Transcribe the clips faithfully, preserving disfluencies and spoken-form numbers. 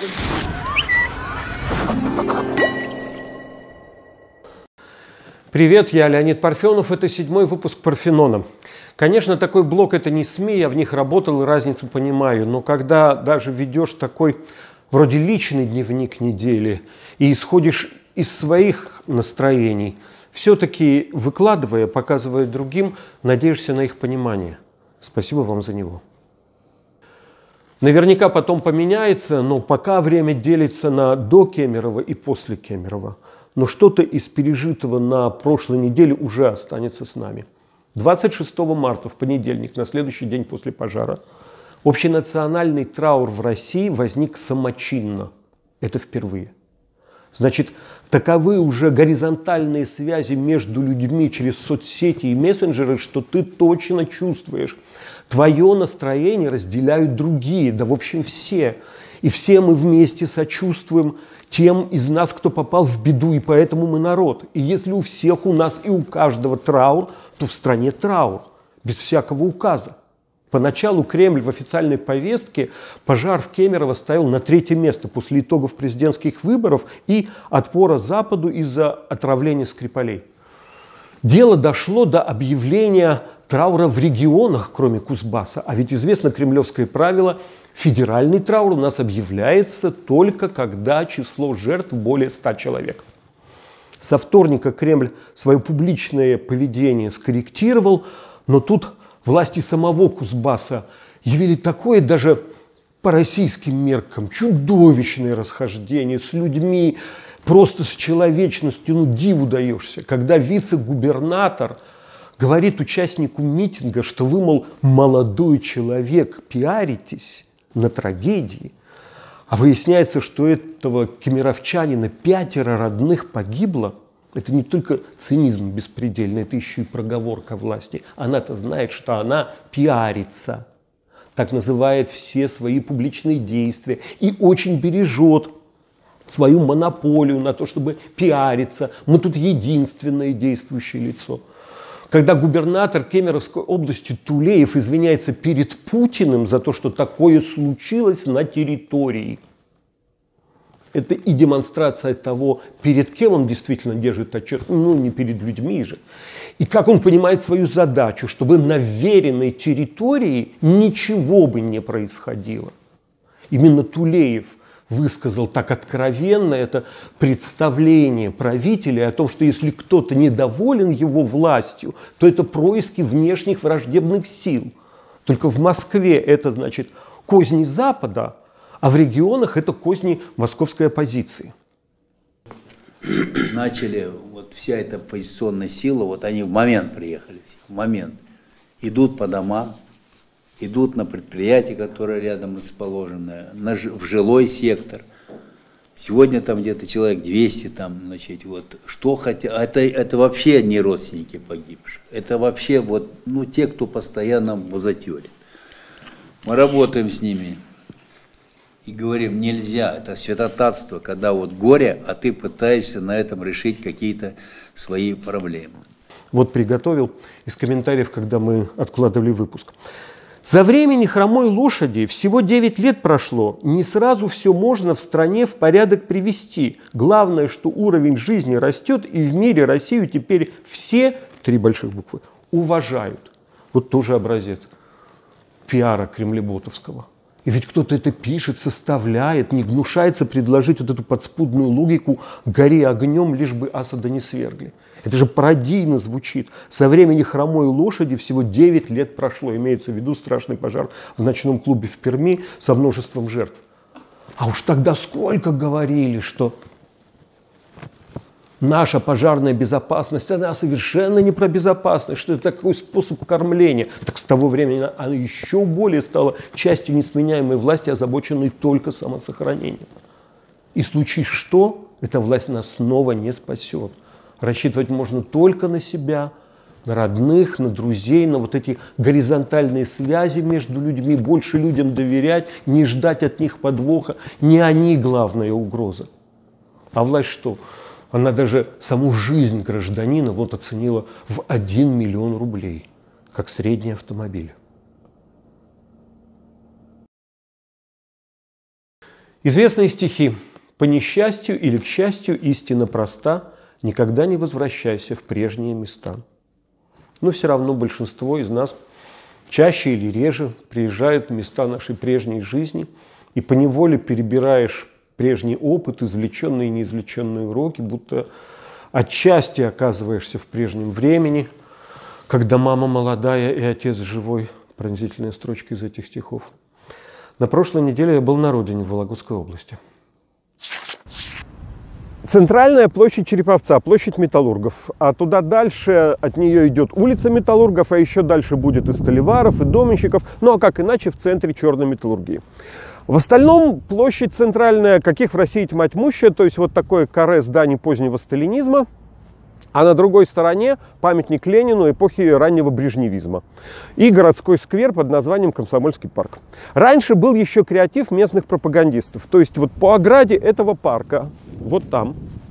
Привет, я Леонид Парфенов, это седьмой выпуск Парфенона. Конечно, такой блог – это не СМИ, я в них работал и разницу понимаю, но когда даже ведешь такой вроде личный дневник недели и исходишь из своих настроений, все-таки выкладывая, показывая другим, надеешься на их понимание. Спасибо вам за него. Наверняка потом поменяется, но пока время делится на до Кемерово и после Кемерово. Но что-то из пережитого на прошлой неделе уже останется с нами. двадцать шестого марта, в понедельник, на следующий день после пожара, общенациональный траур в России возник самочинно. Это впервые. Значит, таковы уже горизонтальные связи между людьми через соцсети и мессенджеры, что ты точно чувствуешь. Твое настроение разделяют другие, да в общем все. И все мы вместе сочувствуем тем из нас, кто попал в беду, и поэтому мы народ. И если у всех, у нас и у каждого траур, то в стране траур, без всякого указа. Поначалу Кремль в официальной повестке пожар в Кемерово ставил на третье место после итогов президентских выборов и отпора Западу из-за отравления Скрипалей. Дело дошло до объявления траура в регионах, кроме Кузбасса. А ведь известно кремлевское правило: федеральный траур у нас объявляется только когда число жертв более ста человек. Со вторника Кремль свое публичное поведение скорректировал, но тут власти самого Кузбасса явили такое даже по российским меркам чудовищное расхождение с людьми, просто с человечностью, ну диву даешься, когда вице-губернатор говорит участнику митинга, что вы, мол, молодой человек, пиаритесь на трагедии, а выясняется, что этого кемеровчанина пятеро родных погибло. Это не только цинизм беспредельный, это еще и проговорка власти. Она-то знает, что она пиарится, так называет все свои публичные действия и очень бережет свою монополию на то, чтобы пиариться. Мы тут единственное действующее лицо. Когда губернатор Кемеровской области Тулеев извиняется перед Путиным за то, что такое случилось на территории, это и демонстрация того, перед кем он действительно держит отчет, ну не перед людьми же. И как он понимает свою задачу, чтобы на вверенной территории ничего бы не происходило. Именно Тулеев высказал так откровенно это представление правителей о том, что если кто-то недоволен его властью, то это происки внешних враждебных сил. Только в Москве это значит козни Запада, а в регионах это козни московской оппозиции. Начали, вот вся эта оппозиционная сила, вот они в момент приехали, в момент, идут по домам, идут на предприятия, которые рядом расположены, на, в жилой сектор. Сегодня там где-то человек двести, там, значит, вот, что хотя, это, это вообще не родственники погибших, это вообще вот, ну, те, кто постоянно бузатерит. Мы работаем с ними и говорим, нельзя, это святотатство, когда вот горе, а ты пытаешься на этом решить какие-то свои проблемы. Вот приготовил из комментариев, когда мы откладывали выпуск. Со времени хромой лошади всего девять лет прошло. Не сразу все можно в стране в порядок привести. Главное, что уровень жизни растет, и в мире Россию теперь все, три больших буквы, уважают. Вот тоже образец пиара кремлеботовского. И ведь кто-то это пишет, составляет, не гнушается предложить вот эту подспудную логику «гори огнем, лишь бы Асада не свергли». Это же пародийно звучит. Со времени хромой лошади всего девять лет прошло. Имеется в виду страшный пожар в ночном клубе в Перми со множеством жертв. А уж тогда сколько говорили, что наша пожарная безопасность, она совершенно не про безопасность, что это такой способ кормления. Так с того времени она еще более стала частью несменяемой власти, озабоченной только самосохранением. И случись что, эта власть нас снова не спасет. Рассчитывать можно только на себя, на родных, на друзей, на вот эти горизонтальные связи между людьми, больше людям доверять, не ждать от них подвоха. Не они главная угроза. А власть что? Она даже саму жизнь гражданина вот оценила в один миллион рублей, как средний автомобиль. Известные стихи. «По несчастью или к счастью истина проста, никогда не возвращайся в прежние места». Но все равно большинство из нас чаще или реже приезжают в места нашей прежней жизни, и поневоле перебираешь прежний опыт, извлеченные и неизвлеченные уроки, будто отчасти оказываешься в прежнем времени, когда мама молодая и отец живой. Пронзительная строчка из этих стихов. На прошлой неделе я был на родине в Вологодской области. Центральная площадь Череповца, площадь металлургов. А туда дальше от нее идет улица металлургов, а еще дальше будет и столеваров, и доменщиков. Ну а как иначе в центре черной металлургии. В остальном площадь центральная, каких в России тьма тьмущая, то есть вот такое каре зданий позднего сталинизма. А на другой стороне памятник Ленину эпохи раннего брежневизма. И городской сквер под названием Комсомольский парк. Раньше был еще креатив местных пропагандистов. То есть вот по ограде этого парка, вот там,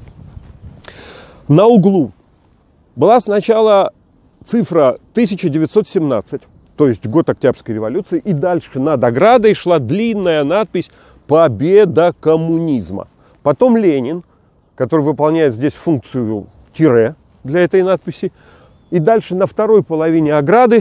на углу, была сначала цифра тысяча девятьсот семнадцать, то есть год Октябрьской революции, и дальше над оградой шла длинная надпись «Победа коммунизма». Потом Ленин, который выполняет здесь функцию тире для этой надписи. И дальше на второй половине ограды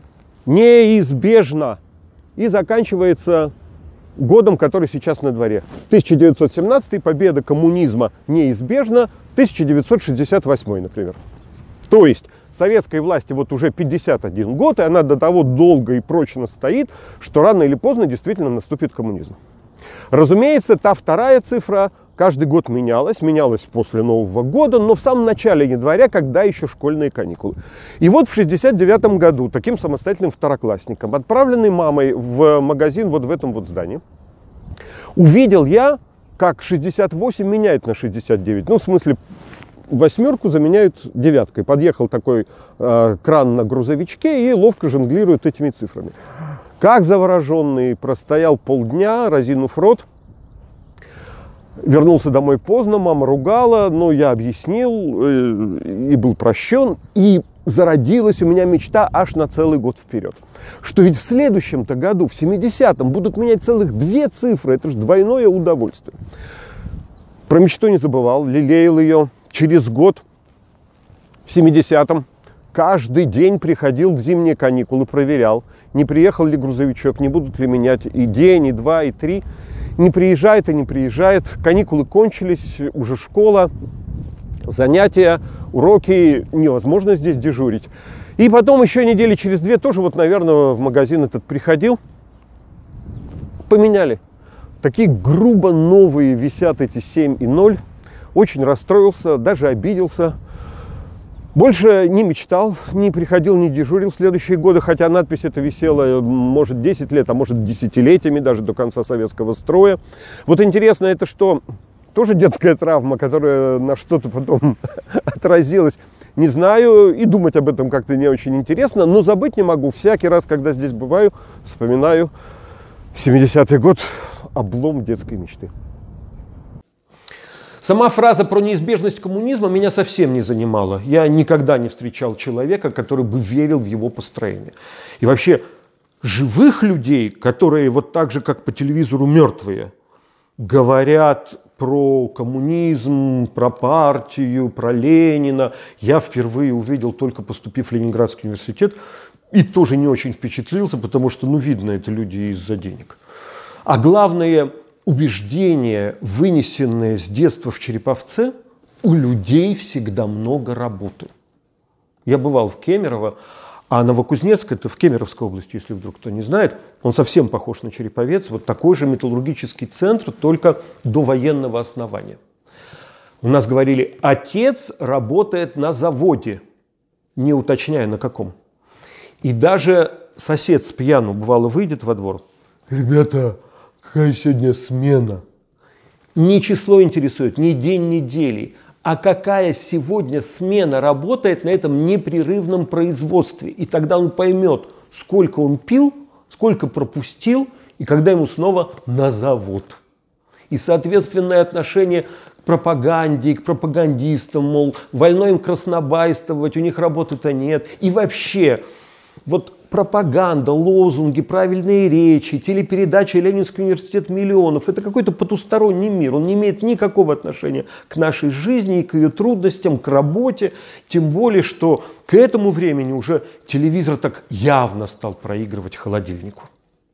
неизбежно. И заканчивается годом, который сейчас на дворе. тысяча девятьсот семнадцатый, победа коммунизма неизбежна. тысяча девятьсот шестьдесят восьмой, например. То есть советской власти вот уже пятьдесят один год, и она до того долго и прочно стоит, что рано или поздно действительно наступит коммунизм. Разумеется, та вторая цифра каждый год менялась, менялась после Нового года, но в самом начале января, когда еще школьные каникулы. И вот в шестьдесят девятом году таким самостоятельным второклассником, отправленный мамой в магазин вот в этом вот здании, увидел я, как шестьдесят восемь меняет на шестьдесят девять. Ну, в смысле, восьмерку заменяют девяткой. Подъехал такой э, кран на грузовичке и ловко жонглирует этими цифрами. Как завороженный, простоял полдня, разинув рот. Вернулся домой поздно, мама ругала, но я объяснил э, и был прощен. И зародилась у меня мечта аж на целый год вперед. Что ведь в следующем-то году, в семидесятом, будут менять целых две цифры. Это же двойное удовольствие. Про мечту не забывал, лелеял ее. Через год, в семидесятом, каждый день приходил в зимние каникулы, проверял, не приехал ли грузовичок, не будут ли менять и день, и два, и три. Не приезжает и не приезжает. Каникулы кончились, уже школа, занятия, уроки, невозможно здесь дежурить. И потом еще недели через две тоже, вот, наверное, в магазин этот приходил. Поменяли. Такие грубо новые висят эти семь и ноль. Очень расстроился, даже обиделся. Больше не мечтал, не приходил, не дежурил в следующие годы, хотя надпись эта висела, может, десять лет, а может, десятилетиями, даже до конца советского строя. Вот интересно, это что, тоже детская травма, которая на что-то потом отразилась? Не знаю, и думать об этом как-то не очень интересно, но забыть не могу. Всякий раз, когда здесь бываю, вспоминаю семидесятый год, облом детской мечты. Сама фраза про неизбежность коммунизма меня совсем не занимала. Я никогда не встречал человека, который бы верил в его построение. И вообще, живых людей, которые вот так же, как по телевизору мертвые, говорят про коммунизм, про партию, про Ленина, я впервые увидел, только поступив в Ленинградский университет, и тоже не очень впечатлился, потому что, ну, видно, это люди из-за денег. А главное, убеждение, вынесенное с детства в Череповце, у людей всегда много работы. Я бывал в Кемерово, а Новокузнецк, это в Кемеровской области, если вдруг кто не знает, он совсем похож на Череповец, вот такой же металлургический центр, только до военного основания. У нас говорили, отец работает на заводе, не уточняя на каком. И даже сосед с пьяну, бывало, выйдет во двор. Ребята, какая сегодня смена? Не число интересует, не день недели, а какая сегодня смена работает на этом непрерывном производстве. И тогда он поймет, сколько он пил, сколько пропустил, и когда ему снова на завод. И соответственное отношение к пропаганде, к пропагандистам, мол, вольно им краснобайствовать, у них работы-то нет. И вообще, вот пропаганда, лозунги, правильные речи, телепередачи «Ленинский университет миллионов» – это какой-то потусторонний мир. Он не имеет никакого отношения к нашей жизни и к ее трудностям, к работе. Тем более, что к этому времени уже телевизор так явно стал проигрывать холодильнику.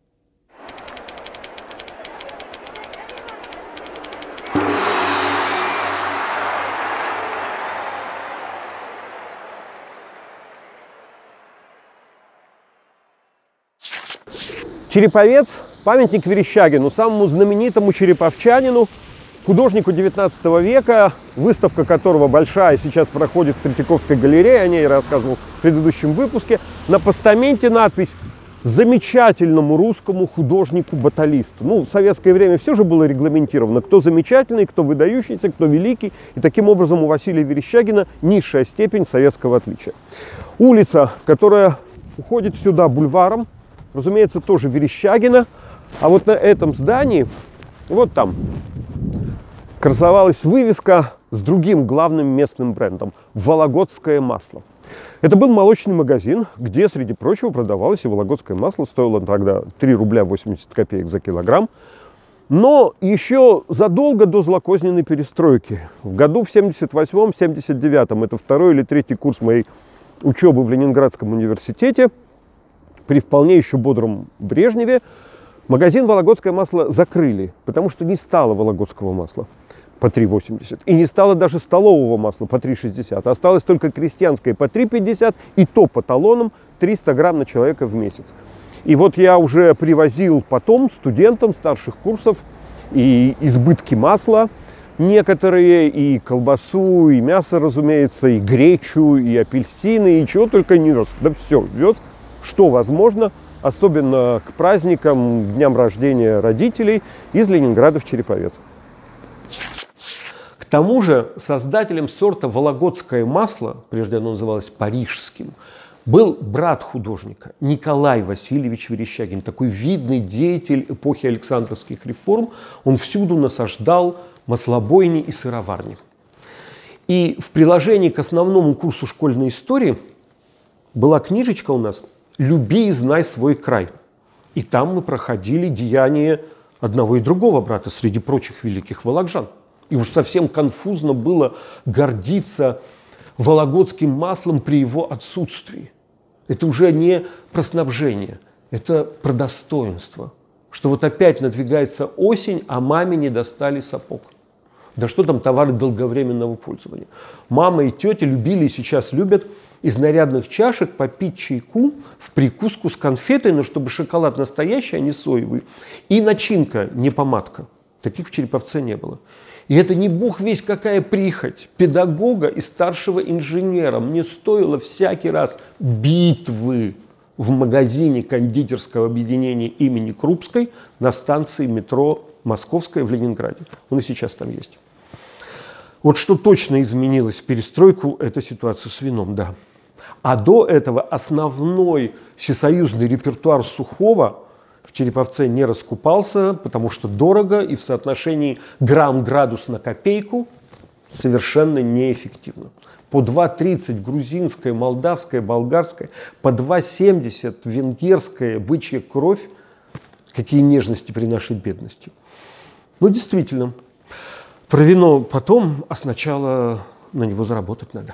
Череповец – памятник Верещагину, самому знаменитому череповчанину, художнику девятнадцатого века, выставка которого большая сейчас проходит в Третьяковской галерее, о ней я рассказывал в предыдущем выпуске. На постаменте надпись «Замечательному русскому художнику-баталисту». Ну, в советское время все же было регламентировано, кто замечательный, кто выдающийся, кто великий. И таким образом у Василия Верещагина низшая степень советского отличия. Улица, которая уходит сюда бульваром, разумеется, тоже Верещагина. А вот на этом здании, вот там, красовалась вывеска с другим главным местным брендом – «Вологодское масло». Это был молочный магазин, где, среди прочего, продавалось и вологодское масло. Стоило тогда три рубля восемьдесят копеек за килограмм. Но еще задолго до злокозненной перестройки, в году в семьдесят восьмом — семьдесят девятом, это второй или третий курс моей учебы в Ленинградском университете, при вполне еще бодром Брежневе, магазин «Вологодское масло» закрыли, потому что не стало вологодского масла по три восемьдесят. И не стало даже столового масла по три шестьдесят. Осталось только крестьянское по три пятьдесят, и то по талонам триста грамм на человека в месяц. И вот я уже привозил потом студентам старших курсов и избытки масла некоторые, и колбасу, и мясо, разумеется, и гречу, и апельсины, и чего только не вез. Да все вез, что возможно, особенно к праздникам, дням рождения родителей, из Ленинграда в Череповец. К тому же создателем сорта «Вологодское масло», прежде оно называлось «Парижским», был брат художника Николай Васильевич Верещагин, такой видный деятель эпохи Александровских реформ. Он всюду насаждал маслобойни и сыроварни. И в приложении к основному курсу школьной истории была книжечка у нас «Люби и знай свой край». И там мы проходили деяния одного и другого брата среди прочих великих вологоджан. И уж совсем конфузно было гордиться вологодским маслом при его отсутствии. Это уже не про снабжение, это про достоинство. Что вот опять надвигается осень, а маме не достали сапог. Да что там товары долговременного пользования. Мама и тетя любили и сейчас любят из нарядных чашек попить чайку в прикуску с конфетой, но чтобы шоколад настоящий, а не соевый. И начинка, не помадка. Таких в Череповце не было. И это не бог весть какая прихоть педагога и старшего инженера. Мне стоило всякий раз битвы в магазине кондитерского объединения имени Крупской на станции метро Московская в Ленинграде. Он и сейчас там есть. Вот что точно изменилось в перестройку, это ситуация с вином, да. А до этого основной всесоюзный репертуар сухого в Череповце не раскупался, потому что дорого и в соотношении грамм-градус на копейку совершенно неэффективно. По два тридцать грузинская, молдавская, болгарская, по два семьдесят венгерская бычья кровь. Какие нежности при нашей бедности. Ну, действительно, про вино потом, а сначала на него заработать надо.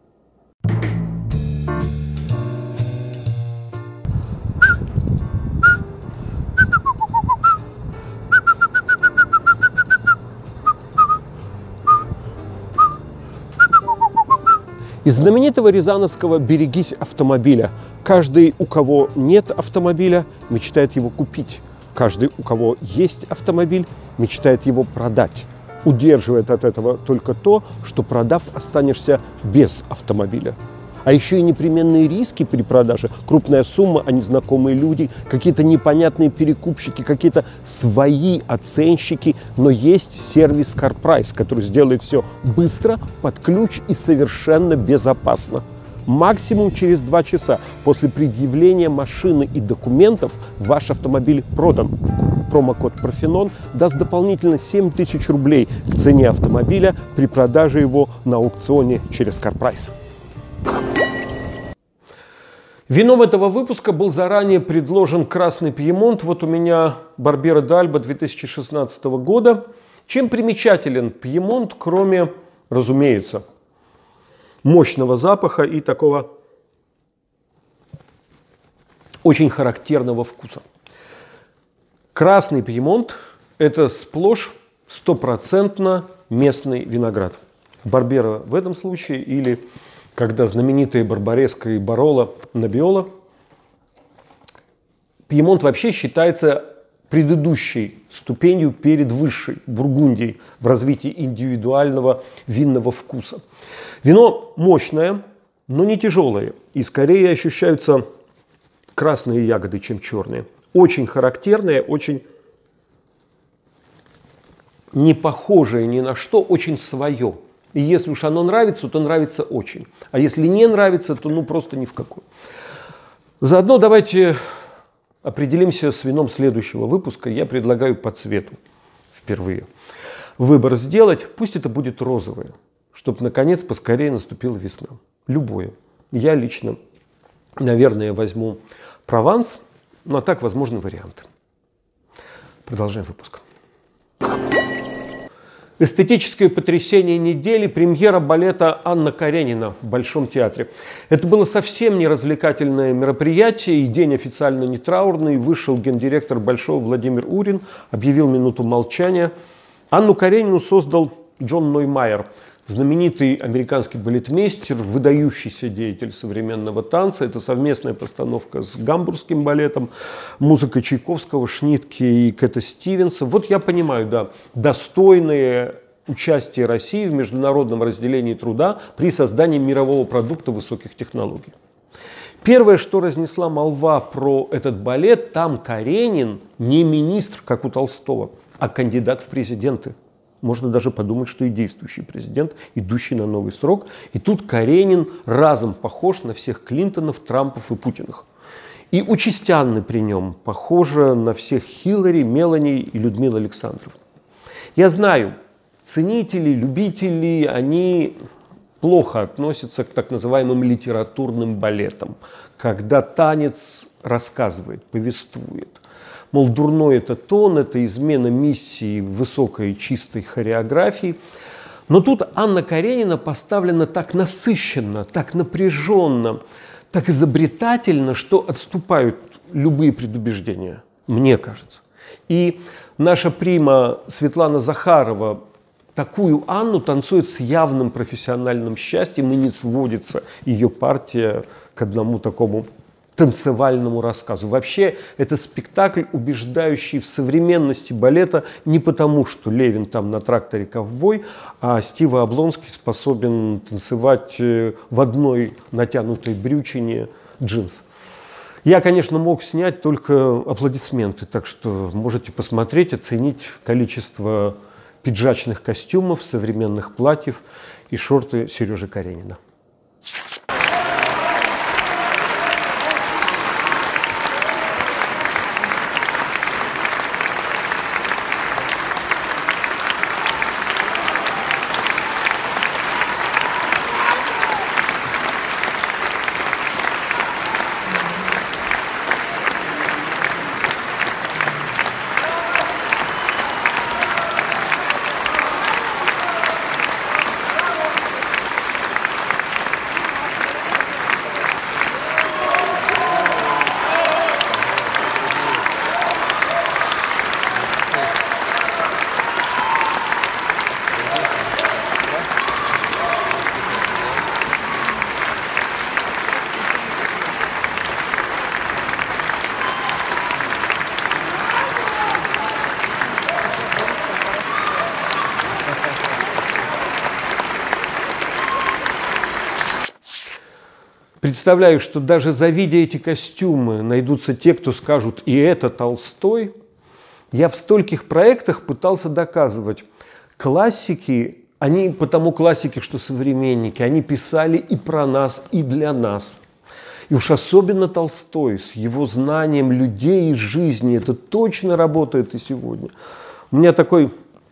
Из знаменитого рязановского «Берегись автомобиля». Каждый, у кого нет автомобиля, мечтает его купить. Каждый, у кого есть автомобиль, мечтает его продать. Удерживает от этого только то, что, продав, останешься без автомобиля. А еще и непременные риски при продаже. Крупная сумма, а незнакомые люди, какие-то непонятные перекупщики, какие-то свои оценщики. Но есть сервис CarPrice, который сделает все быстро, под ключ и совершенно безопасно. Максимум через два часа после предъявления машины и документов ваш автомобиль продан. Промокод «Парфенон» даст дополнительно семь тысяч рублей к цене автомобиля при продаже его на аукционе через CarPrice. Вином этого выпуска был заранее предложен красный Пьемонт. Вот у меня Барбера д'Альба две тысячи шестнадцатого года. Чем примечателен Пьемонт, кроме, разумеется, мощного запаха и такого очень характерного вкуса? Красный Пьемонт – это сплошь стопроцентно местный виноград. Барбера в этом случае, или когда знаменитые Барбареска и Барола Неббиола. Пьемонт вообще считается предыдущей ступенью перед высшей Бургундией в развитии индивидуального винного вкуса. Вино мощное, но не тяжелое, и скорее ощущаются красные ягоды, чем черные. Очень характерное, очень не похожее ни на что, очень свое. И если уж оно нравится, то нравится очень. А если не нравится, то ну просто ни в какой. Заодно давайте определимся с вином следующего выпуска. Я предлагаю по цвету впервые выбор сделать. Пусть это будет розовое, чтобы наконец поскорее наступила весна. Любое. Я лично, наверное, возьму Прованс, ну а так возможны варианты. Продолжаем выпуск. Эстетическое потрясение недели – премьера балета Анна Каренина в Большом театре. Это было совсем не развлекательное мероприятие, и день официально не траурный. Вышел гендиректор Большого Владимир Урин, объявил минуту молчания. Анну Каренину создал Джон Ноймайер, знаменитый американский балетмейстер, выдающийся деятель современного танца. Это совместная постановка с Гамбургским балетом, музыка Чайковского, Шнитке и Кэта Стивенса. Вот я понимаю, да, достойное участие России в международном разделении труда при создании мирового продукта высоких технологий. Первое, что разнесла молва про этот балет, там Каренин не министр, как у Толстого, а кандидат в президенты. Можно даже подумать, что и действующий президент, идущий на новый срок. И тут Каренин разом похож на всех Клинтонов, Трампов и Путиных. И у Чистянны при нем похожа на всех Хиллари, Мелани и Людмилу Александровну. Я знаю, ценители, любители, они плохо относятся к так называемым литературным балетам, когда танец рассказывает, повествует. Мол, дурной это тон, это измена миссии высокой чистой хореографии. Но тут Анна Каренина поставлена так насыщенно, так напряженно, так изобретательно, что отступают любые предубеждения, мне кажется. И наша прима Светлана Захарова такую Анну танцует с явным профессиональным счастьем, и не сводится ее партия к одному такому танцевальному рассказу. Вообще, это спектакль, убеждающий в современности балета не потому, что Левин там на тракторе ковбой, а Стива Облонский способен танцевать в одной натянутой брючине джинс. Я, конечно, мог снять только аплодисменты, так что можете посмотреть, оценить количество пиджачных костюмов, современных платьев и шорты Сережи Каренина. Представляю, что даже завидя эти костюмы, найдутся те, кто скажут «и это Толстой». Я в стольких проектах пытался доказывать. Классики, они потому классики, что современники, они писали и про нас, и для нас. И уж особенно Толстой с его знанием людей и жизни, это точно работает и сегодня. У меня такой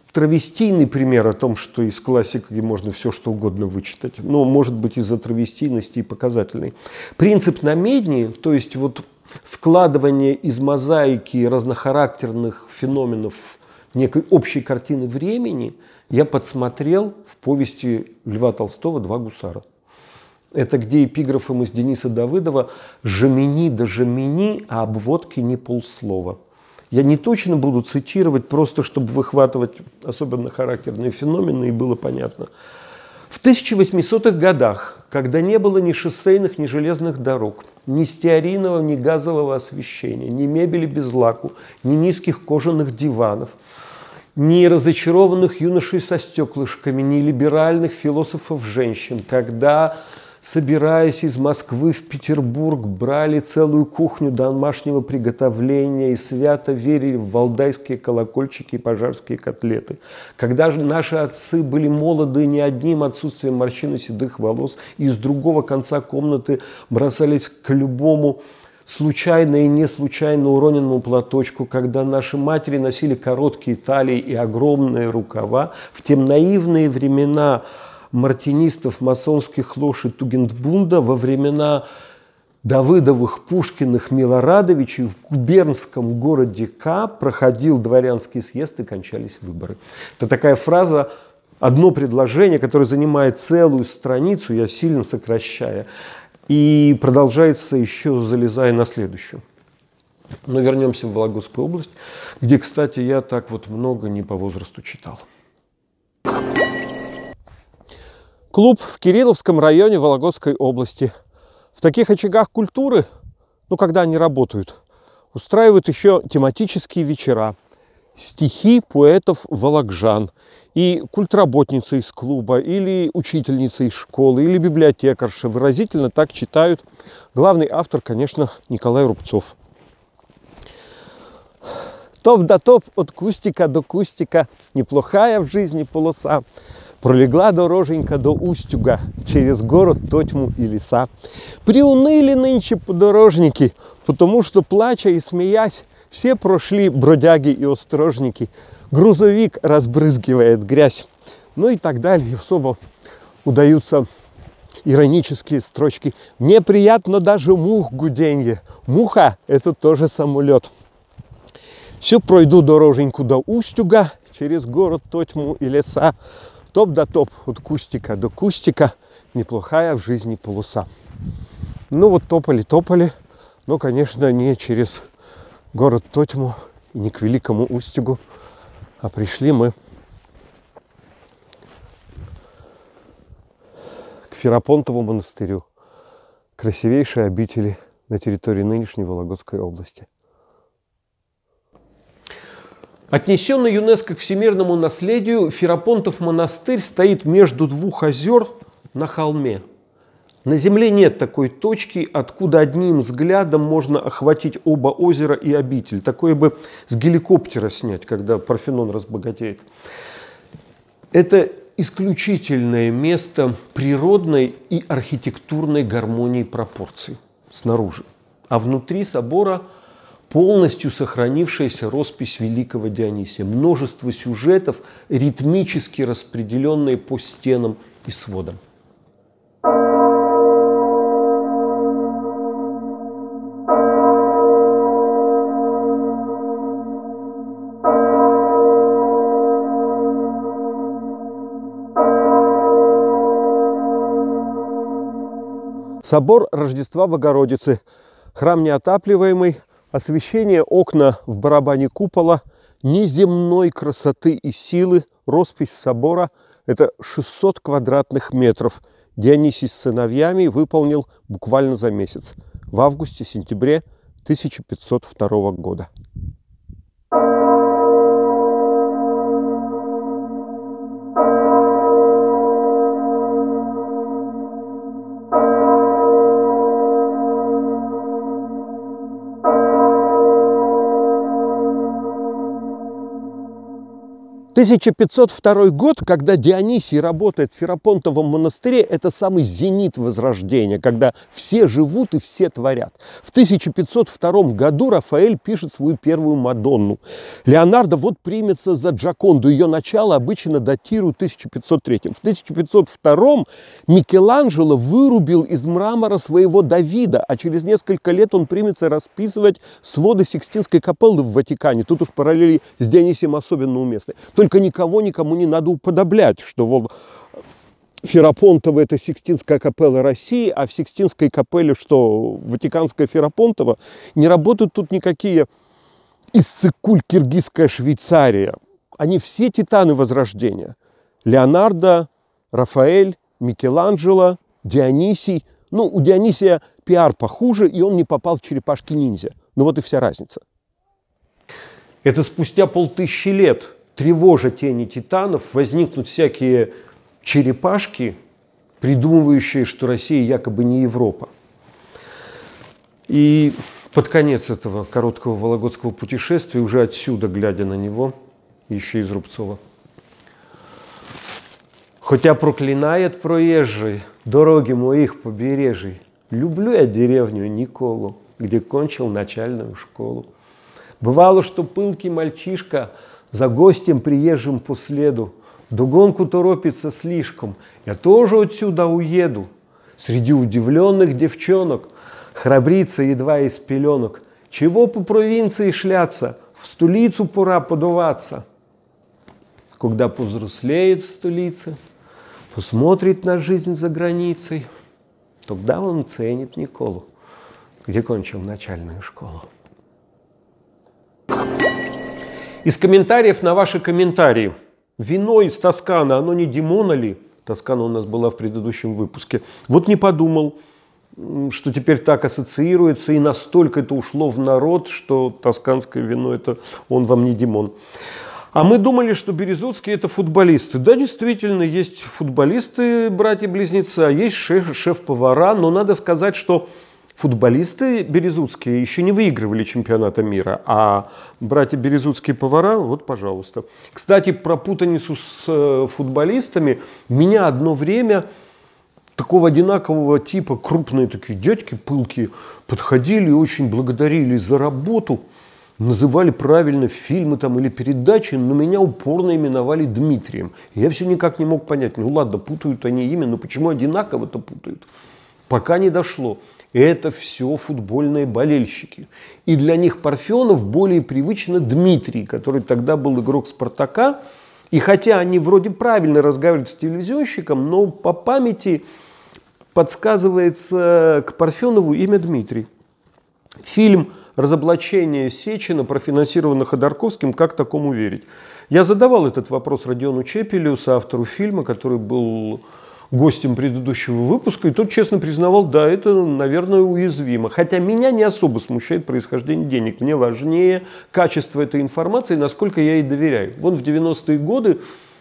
травестийный пример о том, что из классики можно все что угодно вычитать, но может быть из-за травестийности и показательный. Принцип намедни, то есть вот складывание из мозаики разнохарактерных феноменов некой общей картины времени, я подсмотрел в повести Льва Толстого «Два гусара». Это где эпиграфом из Дениса Давыдова «Жемини да жемини, а обводки не полслова». Я не точно буду цитировать, просто чтобы выхватывать особенно характерные феномены, и было понятно. В тысяча восьмисотых годах, когда не было ни шоссейных, ни железных дорог, ни стеаринового, ни газового освещения, ни мебели без лаку, ни низких кожаных диванов, ни разочарованных юношей со стеклышками, ни либеральных философов-женщин, когда, собираясь из Москвы в Петербург, брали целую кухню домашнего приготовления и свято верили в валдайские колокольчики и пожарские котлеты. Когда же наши отцы были молоды не одним отсутствием морщин и седых волос, и из другого конца комнаты бросались к любому случайно и не случайно уроненному платочку, когда наши матери носили короткие талии и огромные рукава, в те наивные времена мартинистов, масонских лож и Тугендбунда, во времена Давыдовых, Пушкиных, Милорадовичей в губернском городе К проходил дворянский съезд и кончались выборы. Это такая фраза, одно предложение, которое занимает целую страницу, я сильно сокращая, и продолжается еще, залезая на следующую. Но вернемся в Вологодскую область, где, кстати, я так вот много не по возрасту читал. Клуб в Кирилловском районе Вологодской области. В таких очагах культуры, ну, когда они работают, устраивают еще тематические вечера, стихи поэтов-вологжан. И культработница из клуба, или учительница из школы, или библиотекарша выразительно так читают. Главный автор, конечно, Николай Рубцов. Топ да топ, от кустика до кустика, неплохая в жизни полоса. Пролегла дороженька до Устюга, через город, тотьму и леса. Приуныли нынче подорожники, потому что, плача и смеясь, все прошли бродяги и острожники. Грузовик разбрызгивает грязь. Ну и так далее. Особо удаются иронические строчки. Мне приятно даже мух гуденье. Муха – это тоже самолет. Все пройду дороженьку до Устюга, через город, тотьму и леса. Топ да топ, от кустика до кустика, неплохая в жизни полоса. Ну вот топали-топали, но, конечно, не через город Тотьму и не к Великому Устюгу, а пришли мы к Ферапонтову монастырю, красивейшей обители на территории нынешней Вологодской области. Отнесенный ЮНЕСКО к всемирному наследию, Ферапонтов монастырь стоит между двух озер на холме. На земле нет такой точки, откуда одним взглядом можно охватить оба озера и обитель. Такое бы с геликоптера снять, когда Парфенон разбогатеет. Это исключительное место природной и архитектурной гармонии пропорций снаружи. А внутри собора полностью сохранившаяся роспись великого Дионисия. Множество сюжетов, ритмически распределенные по стенам и сводам. Собор Рождества Богородицы. Храм неотапливаемый. Освещение, окна в барабане купола, неземной красоты и силы. Роспись собора – это шестьсот квадратных метров. Дионисий с сыновьями выполнил буквально за месяц, в августе-сентябре тысяча пятьсот второго года. тысяча пятьсот второй год, когда Дионисий работает в Ферапонтовом монастыре, это самый зенит Возрождения, когда все живут и все творят. В тысяча пятьсот втором году Рафаэль пишет свою первую Мадонну. Леонардо вот примется за Джоконду. Ее начало обычно датируют тысяча пятьсот третьим. В тысяча пятьсот втором Микеланджело вырубил из мрамора своего Давида, а через несколько лет он примется расписывать своды Сикстинской капеллы в Ватикане. Тут уж параллели с Дионисием особенно уместны. Только никого никому не надо уподоблять, что вот Ферапонтово – это Сикстинская капелла России, а в Сикстинской капелле, что Ватиканская Ферапонтова, не работают тут никакие Иссык-Куль, Киргизская Швейцария. Они все титаны Возрождения. Леонардо, Рафаэль, Микеланджело, Дионисий. Ну, у Дионисия пиар похуже, и он не попал в черепашки-ниндзя. Ну вот и вся разница. Это спустя полтысячи лет, тревожа тени титанов, возникнут всякие черепашки, придумывающие, что Россия якобы не Европа. И под конец этого короткого вологодского путешествия, уже отсюда, глядя на него, еще из Рубцова. Хотя проклинает проезжий дороги моих побережий, люблю я деревню Николу, где кончил начальную школу. Бывало, что пылкий мальчишка за гостем приезжим по следу вдогонку торопится слишком. Я тоже отсюда уеду. Среди удивленных девчонок храбрится едва из пеленок. Чего по провинции шляться, в столицу пора подуваться. Когда повзрослеет в столице, посмотрит на жизнь за границей, тогда он ценит Николу, где кончил начальную школу. Из комментариев на ваши комментарии. Вино из Тосканы, оно не Димона ли? Тоскана у нас была в предыдущем выпуске. Вот не подумал, что теперь так ассоциируется, и настолько это ушло в народ, что тосканское вино, это он вам не Димон. А мы думали, что Березуцкие – это футболисты. Да, действительно, есть футболисты, братья-близнецы, а есть шеф, шеф-повара. Но надо сказать, что футболисты Березуцкие еще не выигрывали чемпионата мира, а братья Березуцкие повара, вот, пожалуйста. Кстати, про путаницу с футболистами. Меня одно время такого одинакового типа, крупные такие дядьки пылкие, подходили и очень благодарили за работу. Называли правильно фильмы там или передачи, но меня упорно именовали Дмитрием. И я все никак не мог понять, ну ладно, путают они имя, но почему одинаково-то путают? Пока не дошло. Это все футбольные болельщики. И для них Парфенов более привычно Дмитрий, который тогда был игрок «Спартака». И хотя они вроде правильно разговаривают с телевизионщиком, но по памяти подсказывается к Парфенову имя Дмитрий. Фильм «Разоблачение Сечина», профинансированный Ходорковским, как такому верить? Я задавал этот вопрос Родиону Чепелю, соавтору фильма, который был гостем предыдущего выпуска, и тот честно признавал, да, это, наверное, уязвимо. Хотя меня не особо смущает происхождение денег. Мне важнее качество этой информации, насколько я ей доверяю. Вон в девяностые годы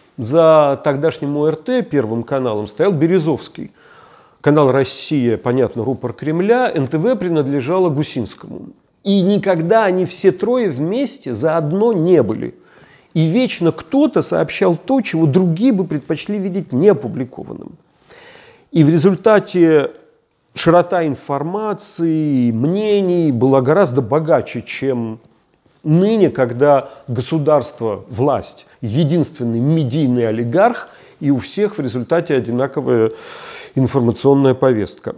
за тогдашним О Р Т, Первым каналом, стоял Березовский. Канал «Россия», понятно, рупор Кремля, Н Т В принадлежало Гусинскому. И никогда они все трое вместе заодно не были. И вечно кто-то сообщал то, чего другие бы предпочли видеть неопубликованным. И в результате широта информации, мнений была гораздо богаче, чем ныне, когда государство, власть, единственный медийный олигарх, и у всех в результате одинаковая информационная повестка.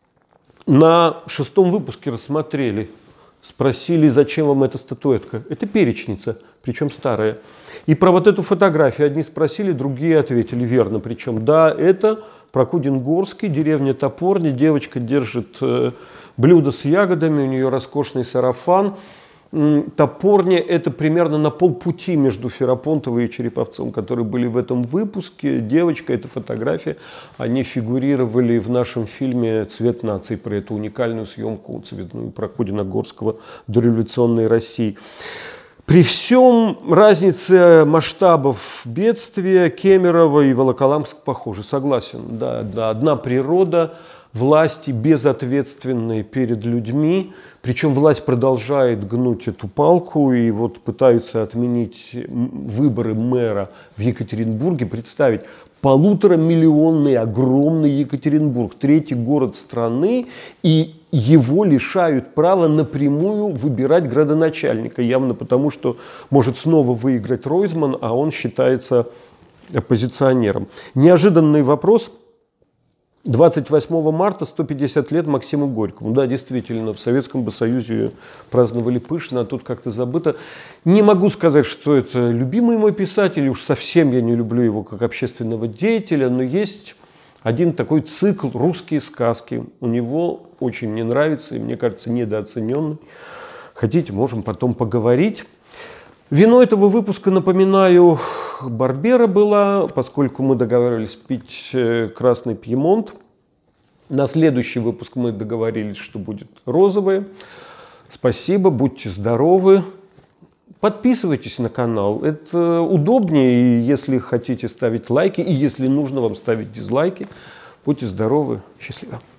На шестом выпуске рассмотрели, спросили, зачем вам эта статуэтка. Это перечница, причем старая. И про вот эту фотографию одни спросили, другие ответили верно. Причем, да, это Прокудин-Горский, деревня Топорня. Девочка держит э, блюдо с ягодами, у нее роскошный сарафан. Топорня – это примерно на полпути между Ферапонтовой и Череповцом, которые были в этом выпуске. Девочка – это фотография. Они фигурировали в нашем фильме «Цвет нации», про эту уникальную съемку цветную Прокудина-Горского дореволюционной России. При всем разнице масштабов бедствия Кемерово и Волоколамск похожи. Согласен, да, да, одна природа, власти безответственные перед людьми. Причем власть продолжает гнуть эту палку, и вот пытаются отменить выборы мэра в Екатеринбурге. Представить, полуторамиллионный огромный Екатеринбург, третий город страны, и его лишают права напрямую выбирать градоначальника. Явно потому, что может снова выиграть Ройзман, а он считается оппозиционером. Неожиданный вопрос. двадцать восьмого марта сто пятьдесят лет Максиму Горькому. Да, действительно, в Советском бы Союзе праздновали пышно, а тут как-то забыто. Не могу сказать, что это любимый мой писатель, уж совсем я не люблю его как общественного деятеля, но есть один такой цикл «Русские сказки». У него очень мне нравится и, мне кажется, недооцененный. Хотите, можем потом поговорить. Вино этого выпуска, напоминаю, Барбера была, поскольку мы договаривались пить красный Пьемонт. На следующий выпуск мы договорились, что будет розовое. Спасибо, будьте здоровы. Подписывайтесь на канал. Это удобнее, если хотите ставить лайки, и если нужно вам ставить дизлайки. Будьте здоровы, счастливо.